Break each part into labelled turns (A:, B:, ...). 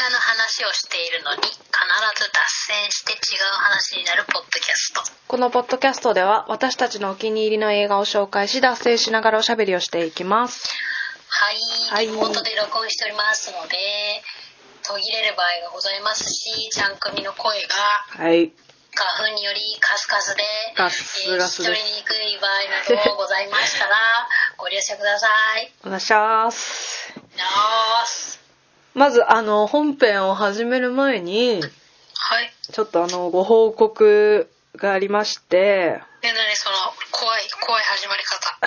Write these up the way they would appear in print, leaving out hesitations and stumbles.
A: の話をしているのに必ず脱線して違う話になるポッドキャスト。
B: このポッドキャストでは私たちのお気に入りの映画を紹介し脱線しながらおしゃべりをしていきます。
A: はい、リモートで録音しておりますので途切れる場合がございますし、ちゃんくみの声が花粉によりカスカスで
B: ガスガス
A: 聞き取りにくい場合などございましたらご了承ください。
B: お願いします。
A: ま
B: ず本編を始める前に、
A: はい、
B: ちょっとご報告がありまして。
A: 何その怖い始まり方。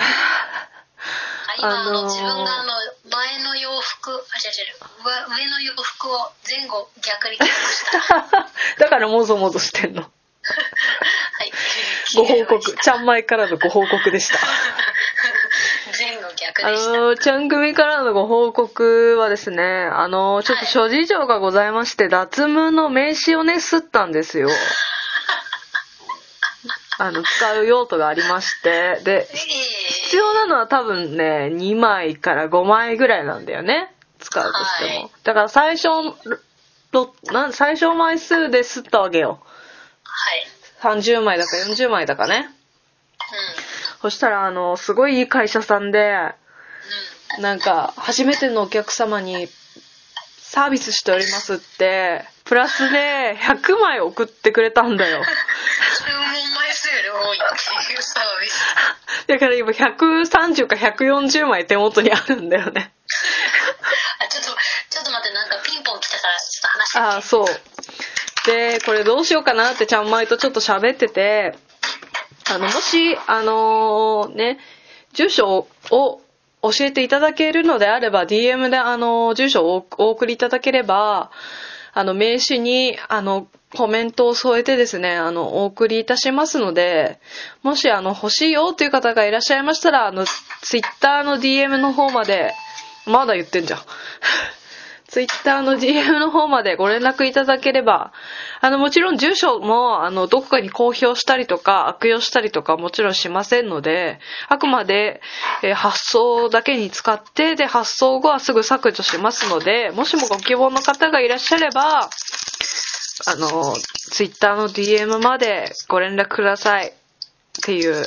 A: 今自分が前の洋服上の洋服を前後逆に着ました
B: だからもぞもぞしてんの。はい、ご報告、ちゃんまいからのご報告でした。
A: 前後逆でした。
B: ちゃん組からのご報告はですね、ちょっと諸事情がございまして、脱毛の名刺をね刷ったんですよ。使う用途がありまして、で、必要なのは多分ね2枚から5枚ぐらいなんだよね、使うとしても。だから最小枚数で刷ったわけよ。30枚だか40枚だかね。そしたらすごいいい会社さんで、なんか初めてのお客様にサービスしておりますってプラスで100枚送ってくれたんだよ。
A: 注文枚数より多いっていうサービス。
B: だから今130か140枚手元にあるんだよね。
A: ちょっと待って、なんかピンポン来たからちょっと話してみて。
B: そうで、これどうしようかなってちゃんまいとちょっと喋ってて、もし住所を教えていただけるのであれば DM で住所をお送りいただければ名刺にコメントを添えてですねお送りいたしますので、もし欲しいよという方がいらっしゃいましたらTwitter の DM の方まで、まだ言ってんじゃんTwitter の DM の方までご連絡いただければ、もちろん住所もどこかに公表したりとか悪用したりとかもちろんしませんので、あくまで、発送だけに使って、で発送後はすぐ削除しますので、もしもご希望の方がいらっしゃればTwitter の DM までご連絡くださいっていう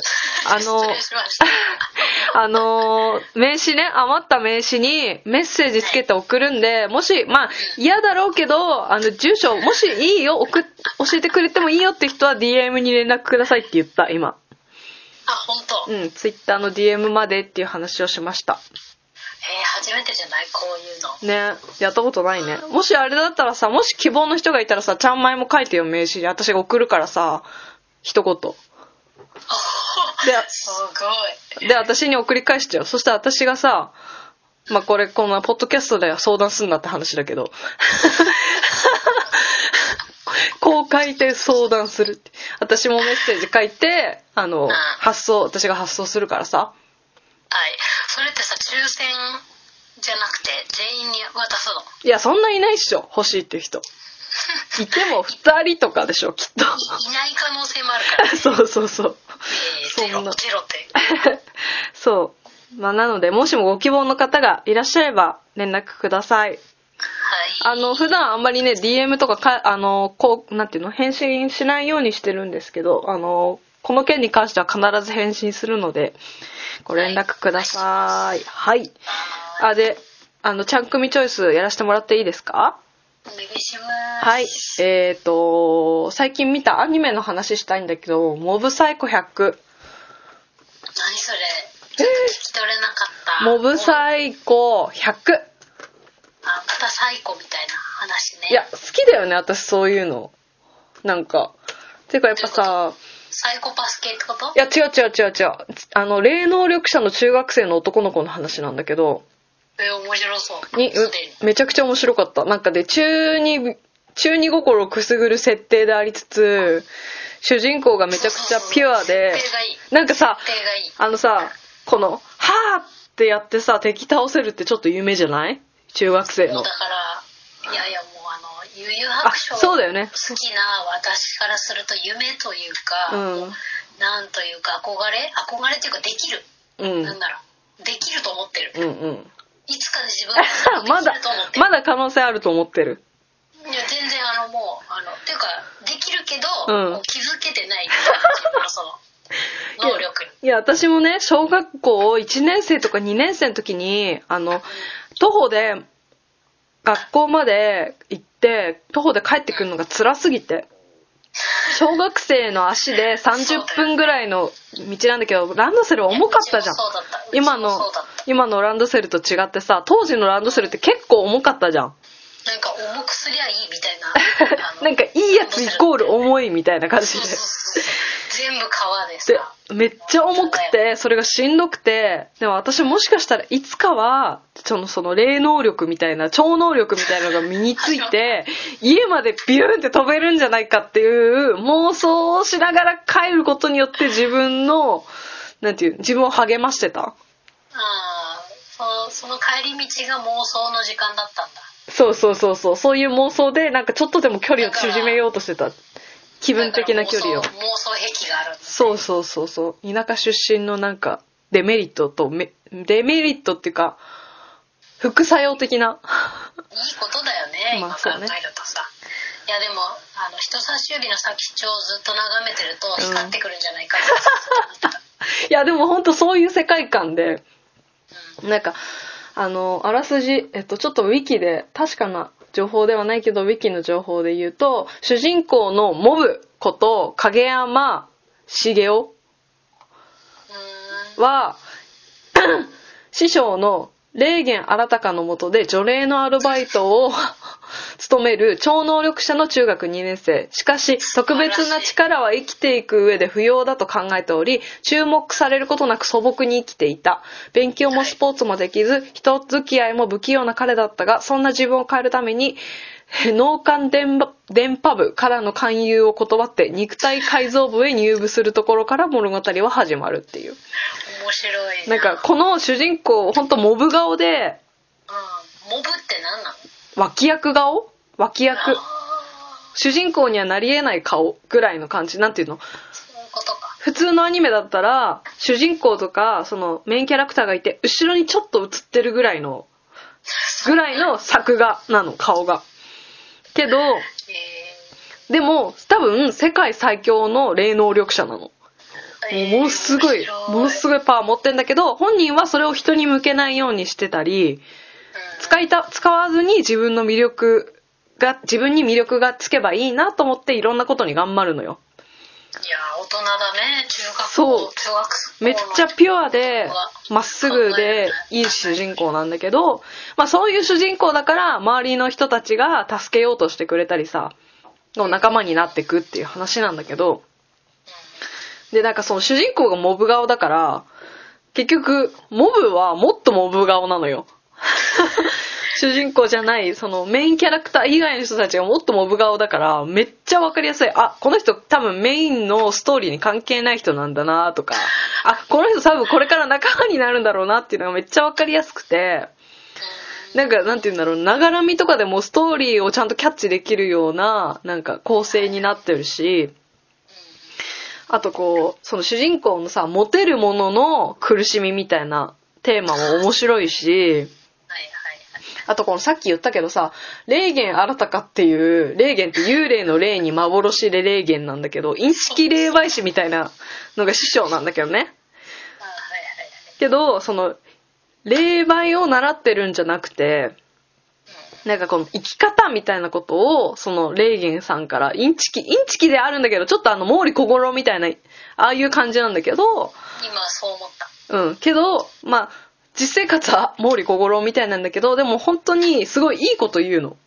B: 名刺ね、余った名刺にメッセージつけて送るんで、もし嫌だろうけど住所もしいいよ教えてくれてもいいよって人は DM に連絡くださいって言った今。
A: 本当。
B: Twitter の DM までっていう話をしました。
A: 初めてじゃない、こういうの
B: ね。やったことないね。もしあれだったらさ、もし希望の人がいたらさ、ちゃんまいも書いてよ、名刺に。私が送るからさ、一言
A: すごい。
B: で私に送り返しちゃう。そしたら私がさ、このポッドキャストでは相談すんなって話だけどこう書いて相談するって。私もメッセージ書いて私が発送するからさ。
A: それってさ、抽選じゃなくて全員に渡すの？
B: いや、そんないないっしょ、欲しいっていう人いても2人とかでしょ、きっと。
A: いない可能性もあるから、ね、
B: そう
A: ゼロって
B: そうなので、もしもご希望の方がいらっしゃれば連絡ください。普段あんまりね DM とかなんていうの、返信しないようにしてるんですけど、この件に関しては必ず返信するのでご連絡ください。はい。でちゃん組チョイスやらせてもらっていいですか？
A: お願いします。
B: はい。最近見たアニメの話したいんだけど、モブサイコ100。何
A: それ？ちょっと聞き取れなかった。
B: モブサイコ100。
A: またサイコみたいな話ね。
B: いや、好きだよね、私そういうの。なんか。てかやっぱさ、
A: サイコパス系ってこと？
B: いや、違う。霊能力者の中学生の男の子の話なんだけど。
A: 面白そう。
B: めちゃくちゃ面白かった。なんかで、中二心をくすぐる設定でありつつ、主人公がめちゃくちゃピュアで、なんかさ、この、はーってやってさ、敵倒せるってちょっと夢じゃない？中学生の。
A: だから、いやもう悠々白書
B: そうだよね。
A: 好きな私からすると夢というか、なんというか憧れっていうかできる。なんだろう。できると思ってる。いつかで自分ができると思ってる。
B: まだ可能性あると思ってる。
A: けど、こう気づけてない自分のその能力に。
B: いや私もね小学校1年生とか2年生の時に徒歩で学校まで行って徒歩で帰ってくるのが辛すぎて、小学生の足で30分ぐらいの道なんだけど、ランドセル重かったじゃん。今のランドセルと違ってさ、当時のランドセルって結構重かったじゃん。
A: なんか重くすりゃいいみたいな
B: なんかいいやつイコール重いみたいな感じで、
A: 全部革でさ、
B: でめっちゃ重くてそれがしんどくて、でも私もしかしたらいつかはその霊能力みたいな超能力みたいなのが身について家までビューンって飛べるんじゃないかっていう妄想をしながら帰ることによって自分を励ましてた。
A: その帰り道が妄想の時間だったんだ。
B: そういう妄想でなんかちょっとでも距離を縮めようとしてた。気分的な距離を。
A: 妄想癖があるんだ、ね。
B: そう田舎出身のなんかデメリットっていうか副作用的な。いい
A: ことだよね、今考えるとさ。いやでも人差し指の先っちょをずっと眺めてると光ってくるんじゃないかって
B: いやでも本当そういう世界観で、なんかあらすじちょっとウィキで確かな情報ではないけどウィキの情報で言うと、主人公のモブこと影山茂雄は師匠の霊源新の下で除霊のアルバイトを務める超能力者の中学2年生。しかし特別な力は生きていく上で不要だと考えており、注目されることなく素朴に生きていた。勉強もスポーツもできず、人付き合いも不器用な彼だったが、そんな自分を変えるために脳幹電波部からの勧誘を断って肉体改造部へ入部するところから物語は始まるっていう。
A: 面白い。
B: なんかこの主人公ほんとモブ顔で、
A: モブって何なの？
B: 脇役主人公にはなり得ない顔ぐらいの感じ。なんていうの、
A: そういうことか。
B: 普通のアニメだったら主人公とかそのメインキャラクターがいて後ろにちょっと映ってるぐらいの作画なの、顔が。けどでも多分世界最強の霊能力者なの。ものすごいパワー持ってんだけど、本人はそれを人に向けないようにしてたり、使わずに自分に魅力がつけばいいなと思っていろんなことに頑張るのよ。
A: いや大人だね。中学
B: めっちゃピュアでまっすぐでいい主人公なんだけど、まあそういう主人公だから周りの人たちが助けようとしてくれたりさ、仲間になってくっていう話なんだけど、でなんかその主人公がモブ顔だから結局モブはもっとモブ顔なのよ。主人公じゃないそのメインキャラクター以外の人たちがもっとモブ顔だからめっちゃわかりやすい。あ、この人多分メインのストーリーに関係ない人なんだなとか、あ、この人多分これから仲間になるんだろうなっていうのがめっちゃわかりやすくて、なんかなんて言うんだろう、ながらみとかでもストーリーをちゃんとキャッチできるようななんか構成になってるし、あとこうその主人公のさモテるものの苦しみみたいなテーマも面白いし、あとこのさっき言ったけどさ、霊源新っていう霊源って幽霊の霊に幻で霊源なんだけど、インチキ霊媒師みたいなのが師匠なんだけどね。けどその霊媒を習ってるんじゃなくて、なんかこの生き方みたいなことをその霊源さんからインチキであるんだけど、ちょっと毛利小五郎みたいなああいう感じなんだけど、
A: 今そう思った。
B: けどまあ実生活は毛利小五郎みたいなんだけど、でも本当にすごいいいこと言うの。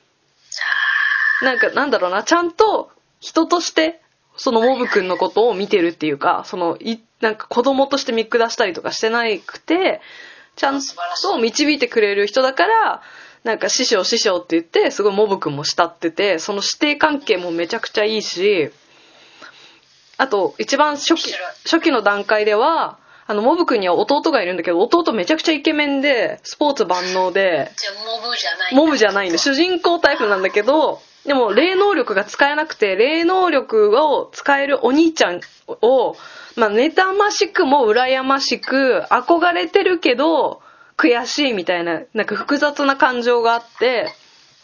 B: なんかなんだろうな、ちゃんと人としてそのモブくんのことを見てるっていうか、なんか子供として見下したりとかしてなくて、ちゃんと導いてくれる人だから、なんか師匠って言ってすごいモブくんも慕ってて、その師弟関係もめちゃくちゃいいし、あと一番初期の段階ではモブ君には弟がいるんだけど、弟めちゃくちゃイケメンでスポーツ万能で、モブじゃないんだ、主人公タイプなんだけど、でも霊能力が使えなくて、霊能力を使えるお兄ちゃんを、まあ妬ましくも羨ましく憧れてるけど悔しいみたいな、なんか複雑な感情があって、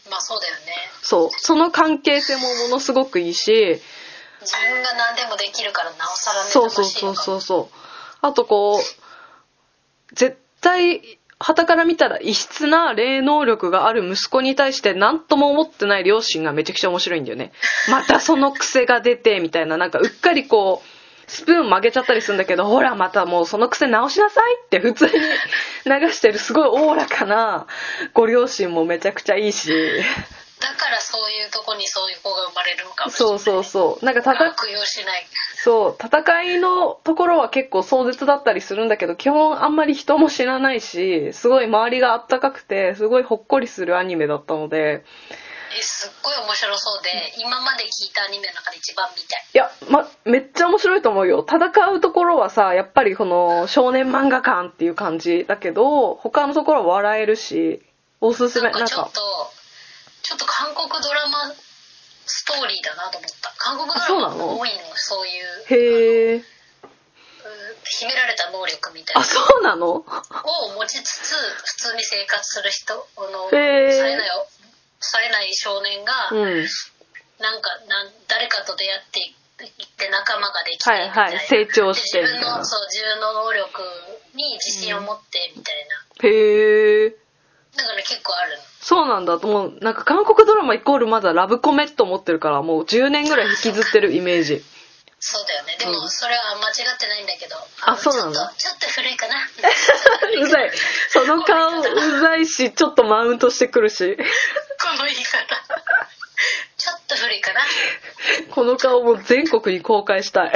A: まあそうだよね。
B: そう、その関係性もものすごくいいし、
A: 自分が何でもできるからなおさらね。
B: そう。あとこう絶対傍から見たら異質な霊能力がある息子に対して何とも思ってない両親がめちゃくちゃ面白いんだよね。またその癖が出てみたいな、なんかうっかりこうスプーン曲げちゃったりするんだけど、ほらまたもうその癖直しなさいって普通に流してる、すごいおおらかなご両親もめちゃくちゃいいし、
A: だからそういうとこにそういう子が生まれるのかもしれない。
B: そうなんか
A: 悪用しない。
B: そう戦いのところは結構壮絶だったりするんだけど、基本あんまり人も知らないし、すごい周りがあったかくてすごいほっこりするアニメだったので、
A: すっごい面白そうで、今まで聞いたアニメの中で一番見たい。
B: いや、めっちゃ面白いと思うよ。戦うところはさ、やっぱりこの少年漫画感っていう感じだけど、他のところは笑えるし、おすすめ。
A: なんかちょっと韓国ドラマストーリーだなと思った。韓国ドラマが多いの、そういう。
B: へー。
A: 秘められた能力みたいな。
B: あ、そうなの？
A: を持ちつつ普通に生活する人のさえない少年が、なんか誰かと出会っていって仲間ができてみたいな、
B: 成長して
A: 自分の能力に自信を持ってみたい
B: な。へー。
A: だから結構あるの。
B: そうなんだ。もうなんか韓国ドラマイコールまだラブコメと思ってるから、もう10年ぐらい引きずってるイメージ。
A: そうだよね。でもそれは間違ってないんだけど。
B: そうなんだ。
A: ちょっと古いかな。
B: うざい。その顔うざいし、ちょっとマウントしてくるし。
A: この言い方。ちょっと古いかな。
B: この顔も全国に公開したい。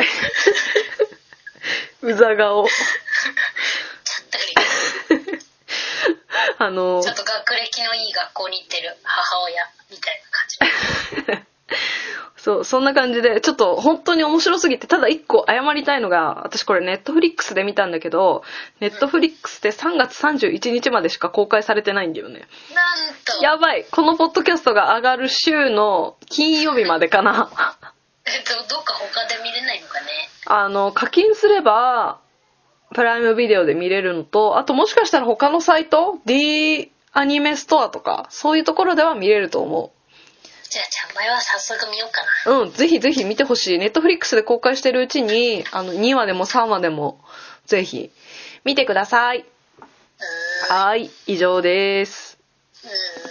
B: うざ顔。ちょっ
A: と古いかな。ちょっと学歴のいい学校に行ってる母親みたいな感じ。
B: そんな感じで、ちょっと本当に面白すぎて、ただ一個謝りたいのが、私これネットフリックスで見たんだけど、ネットフリックスで3月31日までしか公開されてないんだよね。
A: なんと。
B: やばい。このポッドキャストが上がる週の金曜日までかな。
A: どっか他で見れないのかね。
B: 課金すれば、プライムビデオで見れるのと、あともしかしたら他のサイト D アニメストアとかそういうところでは見れると思う。
A: じゃあちゃんまいは早速見ようかな。
B: ぜひぜひ見てほしい。ネットフリックスで公開してるうちに2話でも3話でもぜひ見てください。はい、以上です。